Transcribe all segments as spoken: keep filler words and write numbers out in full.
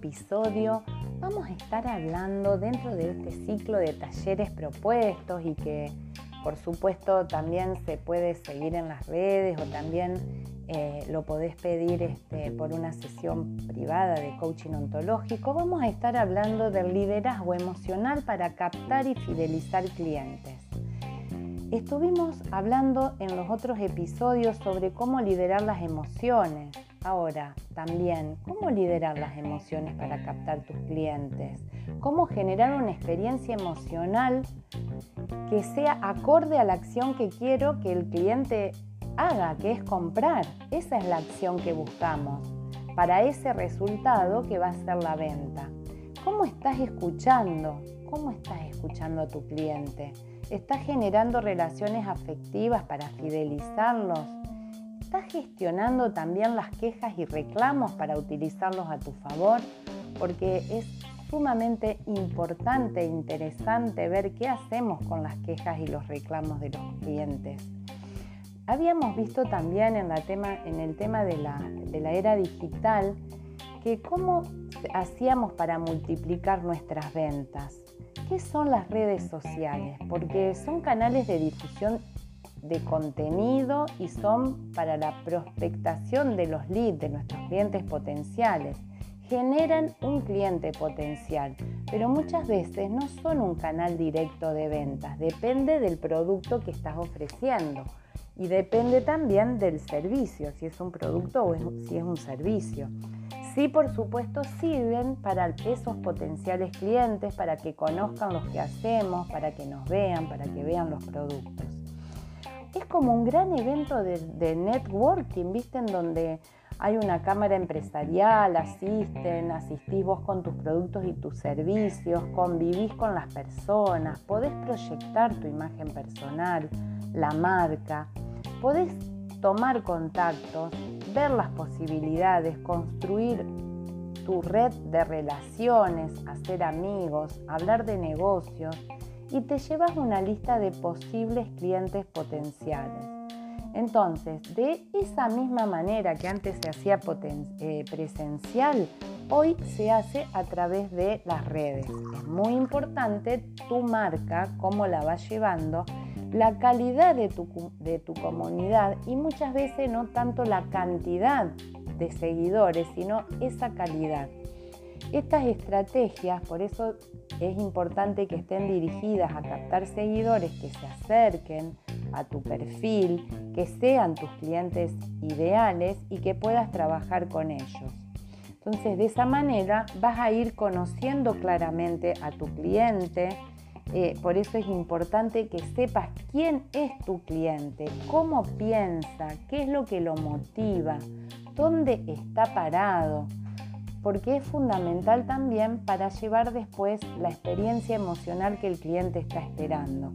episodio vamos a estar hablando dentro de este ciclo de talleres propuestos y que por supuesto también se puede seguir en las redes o también eh, lo podés pedir este, por una sesión privada de coaching ontológico. Vamos a estar hablando del liderazgo emocional para captar y fidelizar clientes. Estuvimos hablando en los otros episodios sobre cómo liderar las emociones. Ahora, también, cómo liderar las emociones para captar tus clientes. Cómo generar una experiencia emocional que sea acorde a la acción que quiero que el cliente haga, que es comprar. Esa es la acción que buscamos para ese resultado que va a ser la venta. ¿Cómo estás escuchando? ¿Cómo estás escuchando a tu cliente? ¿Estás generando relaciones afectivas para fidelizarlos? ¿Estás gestionando también las quejas y reclamos para utilizarlos a tu favor? Porque es sumamente importante e interesante ver qué hacemos con las quejas y los reclamos de los clientes. Habíamos visto también en, la tema, en el tema de la, de la era digital que cómo hacíamos para multiplicar nuestras ventas. ¿Qué son las redes sociales? Porque son canales de difusión de contenido y son para la prospectación de los leads, de nuestros clientes potenciales. Generan un cliente potencial, pero muchas veces no son un canal directo de ventas. Depende del producto que estás ofreciendo y depende también del servicio, si es un producto o es, si es un servicio. Sí, por supuesto, sirven para esos potenciales clientes, para que conozcan lo que hacemos, para que nos vean, para que vean los productos. Es como un gran evento de, de networking, ¿viste? En donde hay una cámara empresarial, asisten, asistís vos con tus productos y tus servicios, convivís con las personas, podés proyectar tu imagen personal, la marca, podés tomar contactos, ver las posibilidades, construir tu red de relaciones, hacer amigos, hablar de negocios y te llevas una lista de posibles clientes potenciales. Entonces, de esa misma manera que antes se hacía poten- eh, presencial, hoy se hace a través de las redes. Es muy importante tu marca, cómo la vas llevando, la calidad de tu, de tu comunidad y muchas veces no tanto la cantidad de seguidores, sino esa calidad. Estas estrategias, por eso es importante que estén dirigidas a captar seguidores que se acerquen a tu perfil, que sean tus clientes ideales y que puedas trabajar con ellos. Entonces, de esa manera vas a ir conociendo claramente a tu cliente. Eh, por eso es importante que sepas quién es tu cliente, cómo piensa, qué es lo que lo motiva, dónde está parado, porque es fundamental también para llevar después la experiencia emocional que el cliente está esperando.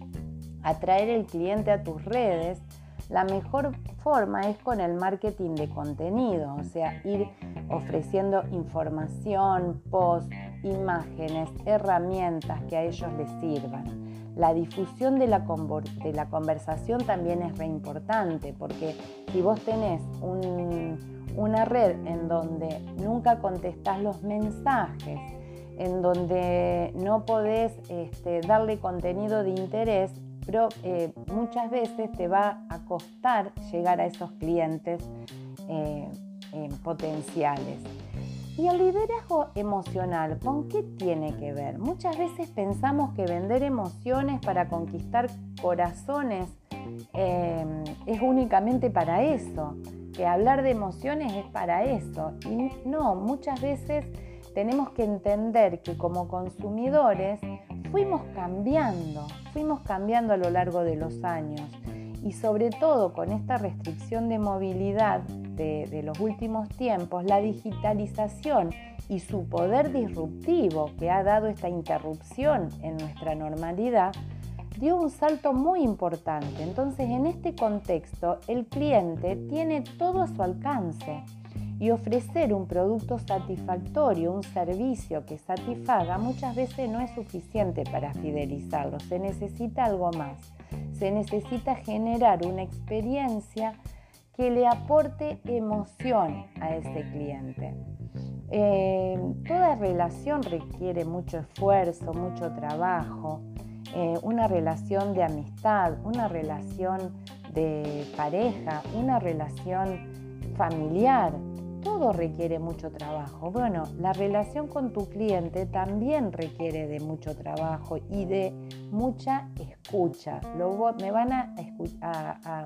Atraer el cliente a tus redes, la mejor forma es con el marketing de contenido, o sea, ir ofreciendo información, posts, imágenes, herramientas que a ellos les sirvan. La difusión de la, de la conversación también es re importante, porque si vos tenés un, una red en donde nunca contestás los mensajes, en donde no podés este, darle contenido de interés, pero eh, muchas veces te va a costar llegar a esos clientes eh, eh, potenciales. ¿Y el liderazgo emocional con qué tiene que ver? Muchas veces pensamos que vender emociones para conquistar corazones eh, es únicamente para eso, que hablar de emociones es para eso. Y no, muchas veces tenemos que entender que como consumidores fuimos cambiando, fuimos cambiando a lo largo de los años y sobre todo con esta restricción de movilidad de, de los últimos tiempos, la digitalización y su poder disruptivo que ha dado esta interrupción en nuestra normalidad, dio un salto muy importante. Entonces, en este contexto, el cliente tiene todo a su alcance y ofrecer un producto satisfactorio, un servicio que satisfaga, muchas veces no es suficiente para fidelizarlo. Se necesita algo más. Se necesita generar una experiencia que le aporte emoción a ese cliente. Eh, toda relación requiere mucho esfuerzo, mucho trabajo, eh, una relación de amistad, una relación de pareja, una relación familiar, todo requiere mucho trabajo. Bueno, la relación con tu cliente también requiere de mucho trabajo y de mucha escucha. Luego me van a, a, a,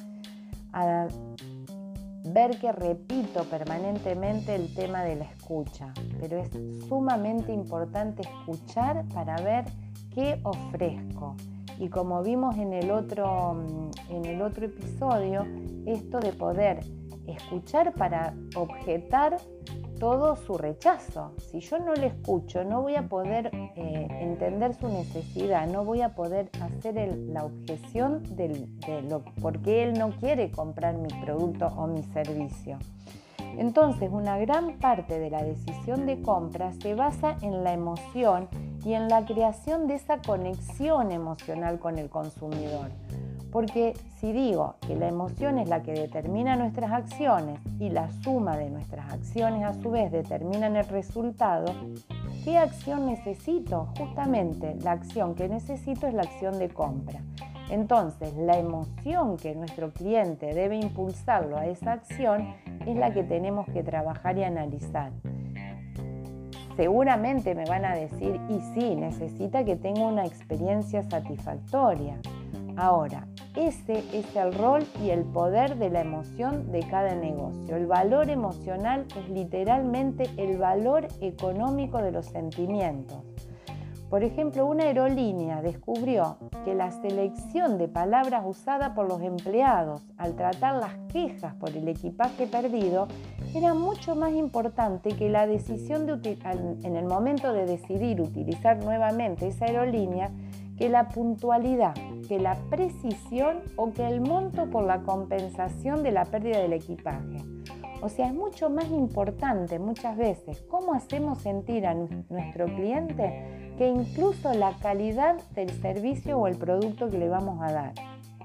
a ver que repito permanentemente el tema de la escucha, pero es sumamente importante escuchar para ver qué ofrezco. Y como vimos en el otro, en el otro episodio, esto de poder escuchar para objetar todo su rechazo. Si yo no le escucho, no voy a poder eh, entender su necesidad, no voy a poder hacer el, la objeción del, de lo, porque él no quiere comprar mi producto o mi servicio. Entonces, una gran parte de la decisión de compra se basa en la emoción y en la creación de esa conexión emocional con el consumidor. Porque si digo que la emoción es la que determina nuestras acciones y la suma de nuestras acciones a su vez determinan el resultado, ¿qué acción necesito? Justamente la acción que necesito es la acción de compra. Entonces, la emoción que nuestro cliente debe impulsarlo a esa acción es la que tenemos que trabajar y analizar. Seguramente me van a decir, y sí, necesita que tenga una experiencia satisfactoria. Ahora, ese es el rol y el poder de la emoción de cada negocio. El valor emocional es literalmente el valor económico de los sentimientos. Por ejemplo, una aerolínea descubrió que la selección de palabras usada por los empleados al tratar las quejas por el equipaje perdido era mucho más importante que la decisión de en el momento de decidir utilizar nuevamente esa aerolínea, que la puntualidad, que la precisión o que el monto por la compensación de la pérdida del equipaje. O sea, es mucho más importante muchas veces cómo hacemos sentir a nuestro cliente que incluso la calidad del servicio o el producto que le vamos a dar.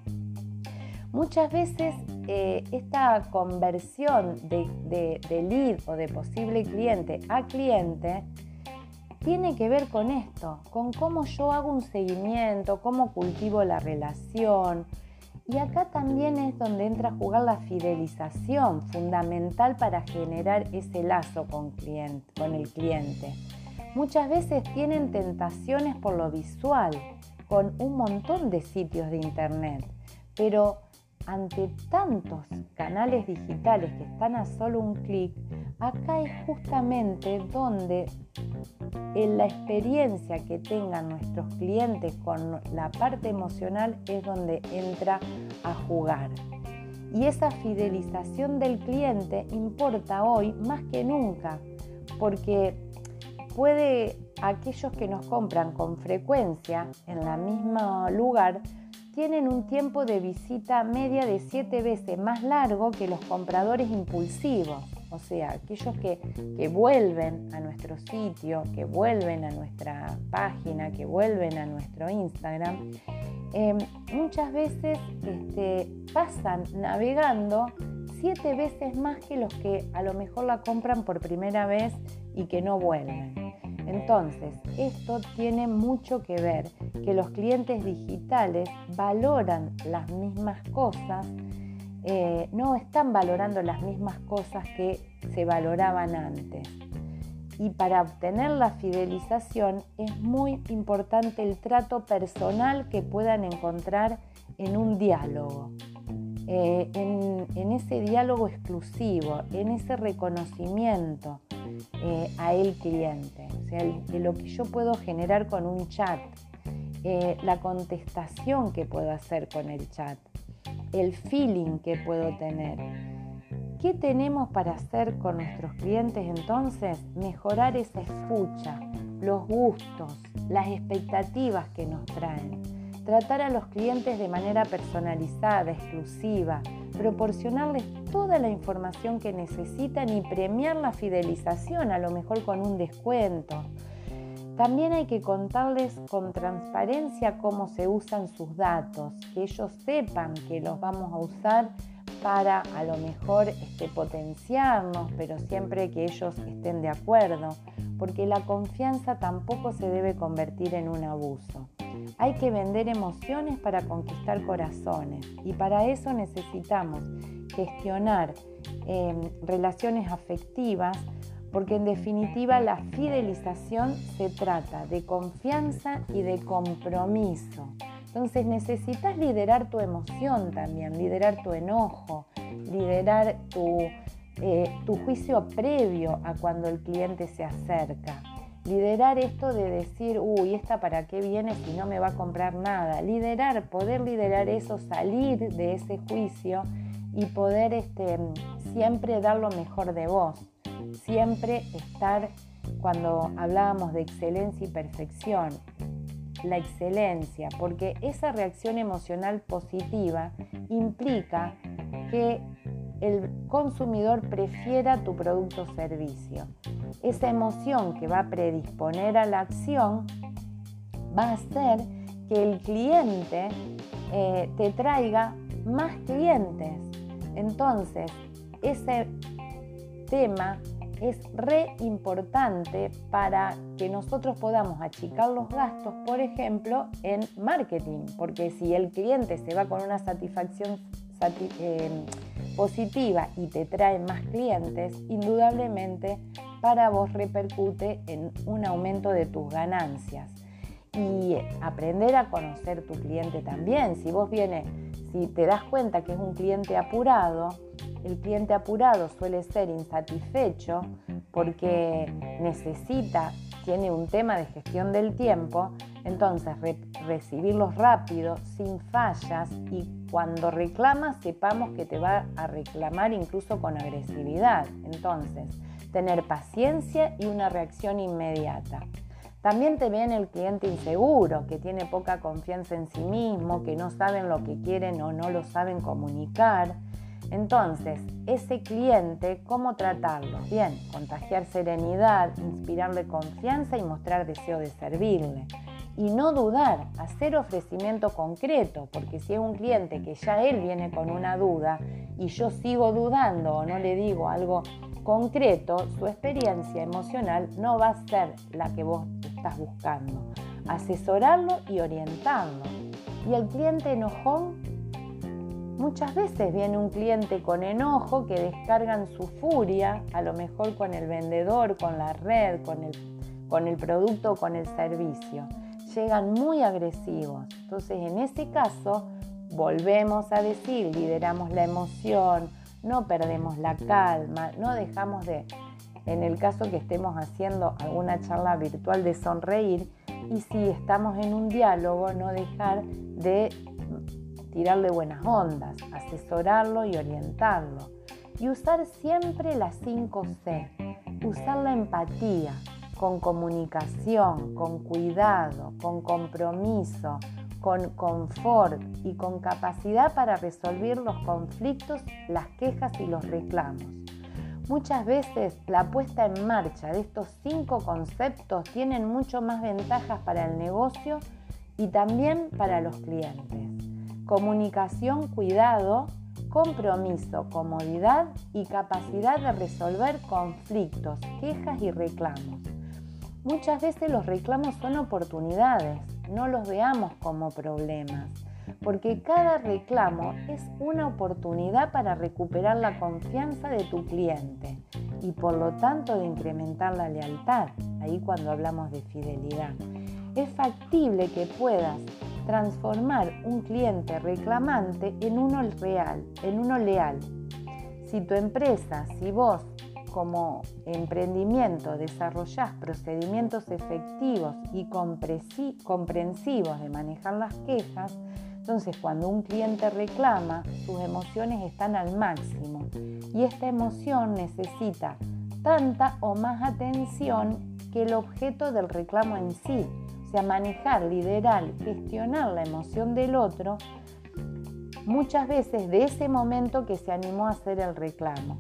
Muchas veces eh, esta conversión de, de, de lead o de posible cliente a cliente tiene que ver con esto, con cómo yo hago un seguimiento, cómo cultivo la relación. Y acá también es donde entra a jugar la fidelización, fundamental para generar ese lazo con, cliente, con el cliente. Muchas veces tienen tentaciones por lo visual, con un montón de sitios de internet, pero ante tantos canales digitales que están a solo un clic, acá es justamente donde en la experiencia que tengan nuestros clientes con la parte emocional es donde entra a jugar. Y esa fidelización del cliente importa hoy más que nunca, porque puede aquellos que nos compran con frecuencia en el mismo lugar tienen un tiempo de visita media de siete veces más largo que los compradores impulsivos. O sea, aquellos que, que vuelven a nuestro sitio, que vuelven a nuestra página, que vuelven a nuestro Instagram, eh, muchas veces este, pasan navegando siete veces más que los que a lo mejor la compran por primera vez y que no vuelven. Entonces, esto tiene mucho que ver, que los clientes digitales valoran las mismas cosas, eh, no están valorando las mismas cosas que se valoraban antes. Y para obtener la fidelización es muy importante el trato personal que puedan encontrar en un diálogo, eh, en, en ese diálogo exclusivo, en ese reconocimiento eh, a el cliente, o sea, el, de lo que yo puedo generar con un chat, eh, la contestación que puedo hacer con el chat, el feeling que puedo tener. ¿Qué tenemos para hacer con nuestros clientes entonces? Mejorar esa escucha, los gustos, las expectativas que nos traen. Tratar a los clientes de manera personalizada, exclusiva, proporcionarles toda la información que necesitan y premiar la fidelización, a lo mejor con un descuento. También hay que contarles con transparencia cómo se usan sus datos, que ellos sepan que los vamos a usar para a lo mejor este, potenciarnos, pero siempre que ellos estén de acuerdo, porque la confianza tampoco se debe convertir en un abuso. Hay que vender emociones para conquistar corazones y para eso necesitamos gestionar eh, relaciones afectivas, porque en definitiva la fidelización se trata de confianza y de compromiso. Entonces necesitas liderar tu emoción también, liderar tu enojo, liderar tu, eh, tu juicio previo a cuando el cliente se acerca. Liderar esto de decir, uy, ¿esta para qué viene si no me va a comprar nada? Liderar, poder liderar eso, salir de ese juicio y poder este, siempre dar lo mejor de vos. Siempre estar, cuando hablábamos de excelencia y perfección, la excelencia, porque esa reacción emocional positiva implica que el consumidor prefiera tu producto o servicio. Esa emoción que va a predisponer a la acción va a hacer que el cliente eh, te traiga más clientes. Entonces, ese tema es re importante para que nosotros podamos achicar los gastos, por ejemplo, en marketing, porque si el cliente se va con una satisfacción satis- eh, positiva y te trae más clientes, indudablemente para vos repercute en un aumento de tus ganancias. Y aprender a conocer tu cliente también. Si vos vienes, si te das cuenta que es un cliente apurado, el cliente apurado suele ser insatisfecho porque necesita, tiene un tema de gestión del tiempo, entonces re, recibirlos rápido, sin fallas, y cuando reclamas sepamos que te va a reclamar incluso con agresividad. Entonces, tener paciencia y una reacción inmediata. También te viene el cliente inseguro, que tiene poca confianza en sí mismo, que no saben lo que quieren o no lo saben comunicar. Entonces, ese cliente, ¿cómo tratarlo? Bien, contagiar serenidad, inspirarle confianza y mostrar deseo de servirle. Y no dudar, hacer ofrecimiento concreto, porque si es un cliente que ya él viene con una duda y yo sigo dudando o no le digo algo concreto, su experiencia emocional no va a ser la que vos estás buscando. Asesorarlo y orientarlo. Y el cliente enojón, muchas veces viene un cliente con enojo que descargan su furia, a lo mejor con el vendedor, con la red, con el, con el producto o con el servicio. Llegan muy agresivos. Entonces, en ese caso, volvemos a decir, lideramos la emoción, no perdemos la calma, no dejamos de, en el caso que estemos haciendo alguna charla virtual, de sonreír, y si estamos en un diálogo, no dejar de tirarle buenas ondas, asesorarlo y orientarlo. Y usar siempre las cinco ce, usar la empatía, con comunicación, con cuidado, con compromiso, con confort y con capacidad para resolver los conflictos, las quejas y los reclamos. Muchas veces la puesta en marcha de estos cinco conceptos tienen mucho más ventajas para el negocio y también para los clientes. Comunicación, cuidado, compromiso, comodidad y capacidad de resolver conflictos, quejas y reclamos. Muchas veces los reclamos son oportunidades, no los veamos como problemas, porque cada reclamo es una oportunidad para recuperar la confianza de tu cliente y por lo tanto de incrementar la lealtad, ahí cuando hablamos de fidelidad. Es factible que puedas transformar un cliente reclamante en uno real, en uno leal. Si tu empresa, si vos como emprendimiento desarrollás procedimientos efectivos y comprensivos de manejar las quejas, entonces cuando un cliente reclama, sus emociones están al máximo y esta emoción necesita tanta o más atención que el objeto del reclamo en sí. O sea, manejar, liderar, gestionar la emoción del otro, muchas veces de ese momento que se animó a hacer el reclamo.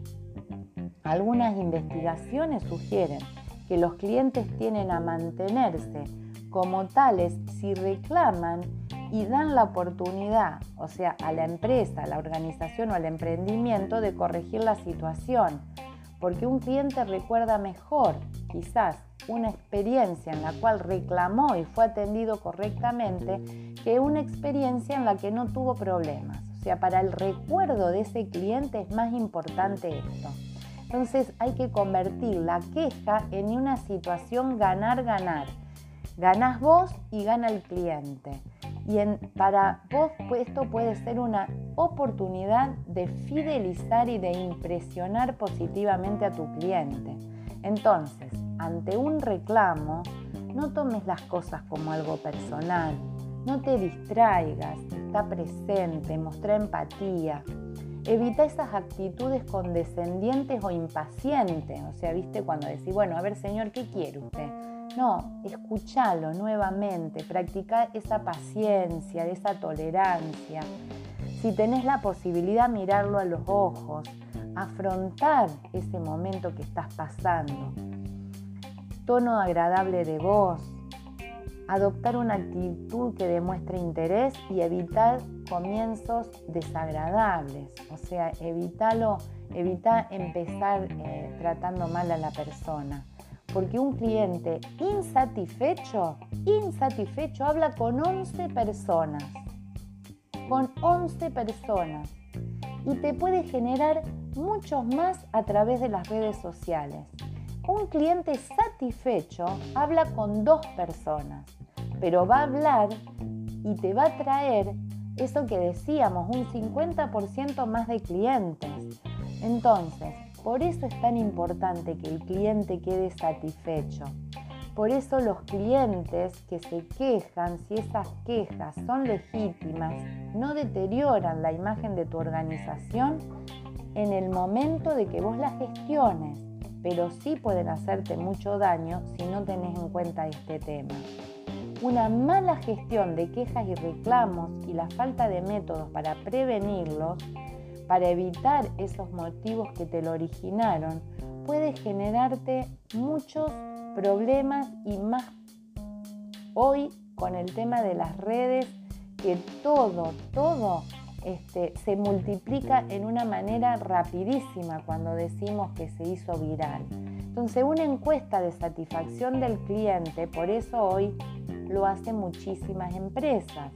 Algunas investigaciones sugieren que los clientes tienden a mantenerse como tales si reclaman y dan la oportunidad, o sea, a la empresa, a la organización o al emprendimiento de corregir la situación, porque un cliente recuerda mejor, quizás, una experiencia en la cual reclamó y fue atendido correctamente que una experiencia en la que no tuvo problemas. O sea, para el recuerdo de ese cliente es más importante esto. Entonces hay que convertir la queja en una situación ganar-ganar. Ganás vos y gana el cliente. Y en, para vos esto puede ser una oportunidad de fidelizar y de impresionar positivamente a tu cliente. Entonces, ante un reclamo, no tomes las cosas como algo personal. No te distraigas, está presente, mostrá empatía. Evita esas actitudes condescendientes o impacientes. O sea, ¿viste? Cuando decís, bueno, a ver, señor, ¿qué quiere usted? No, escuchalo nuevamente, practica esa paciencia, esa tolerancia. Si tenés la posibilidad, mirarlo a los ojos, afrontar ese momento que estás pasando. Tono agradable de voz, adoptar una actitud que demuestre interés y evitar comienzos desagradables. O sea, evítalo, evita empezar eh, tratando mal a la persona. Porque un cliente insatisfecho, insatisfecho habla con once personas, con once personas y te puede generar muchos más a través de las redes sociales. Un cliente satisfecho habla con dos personas, pero va a hablar y te va a traer eso que decíamos, un cincuenta por ciento más de clientes. Entonces, por eso es tan importante que el cliente quede satisfecho. Por eso los clientes que se quejan, si esas quejas son legítimas, no deterioran la imagen de tu organización en el momento de que vos las gestiones, pero sí pueden hacerte mucho daño si no tenés en cuenta este tema. Una mala gestión de quejas y reclamos y la falta de métodos para prevenirlos, para evitar esos motivos que te lo originaron, puede generarte muchos problemas y más hoy con el tema de las redes, que todo, todo este, se multiplica en una manera rapidísima cuando decimos que se hizo viral. Entonces, una encuesta de satisfacción del cliente, por eso hoy lo hacen muchísimas empresas.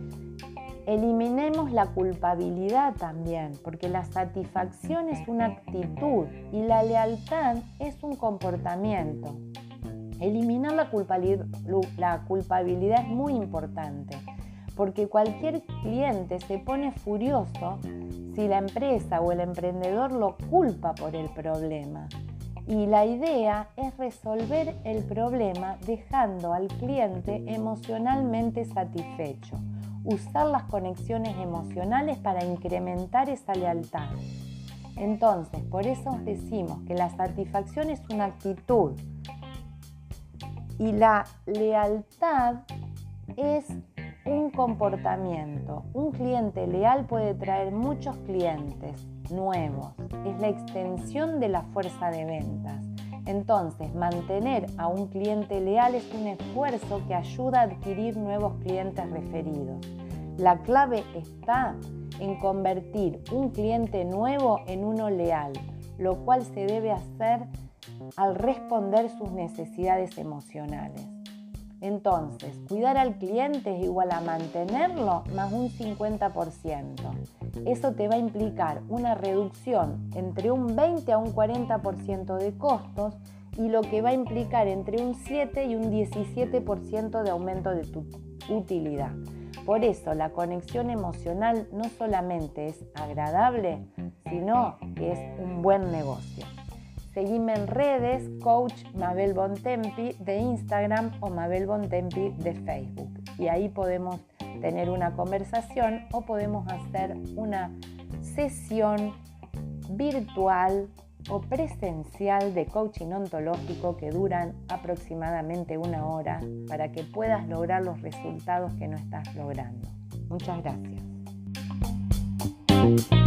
Eliminemos la culpabilidad también, porque la satisfacción es una actitud y la lealtad es un comportamiento. Eliminar la culpabilidad, la culpabilidad es muy importante, porque cualquier cliente se pone furioso si la empresa o el emprendedor lo culpa por el problema. Y la idea es resolver el problema dejando al cliente emocionalmente satisfecho. Usar las conexiones emocionales para incrementar esa lealtad. Entonces, por eso decimos que la satisfacción es una actitud y la lealtad es un comportamiento. Un cliente leal puede traer muchos clientes nuevos. Es la extensión de la fuerza de ventas. Entonces, mantener a un cliente leal es un esfuerzo que ayuda a adquirir nuevos clientes referidos. La clave está en convertir un cliente nuevo en uno leal, lo cual se debe hacer al responder sus necesidades emocionales. Entonces, cuidar al cliente es igual a mantenerlo más un cincuenta por ciento. Eso te va a implicar una reducción entre un veinte a un cuarenta por ciento de costos y lo que va a implicar entre un siete y un diecisiete por ciento de aumento de tu utilidad. Por eso, la conexión emocional no solamente es agradable, sino que es un buen negocio. Seguime en redes, Coach Mabel Bontempi de Instagram o Mabel Bontempi de Facebook. Y ahí podemos tener una conversación o podemos hacer una sesión virtual o presencial de coaching ontológico que duran aproximadamente una hora para que puedas lograr los resultados que no estás logrando. Muchas gracias.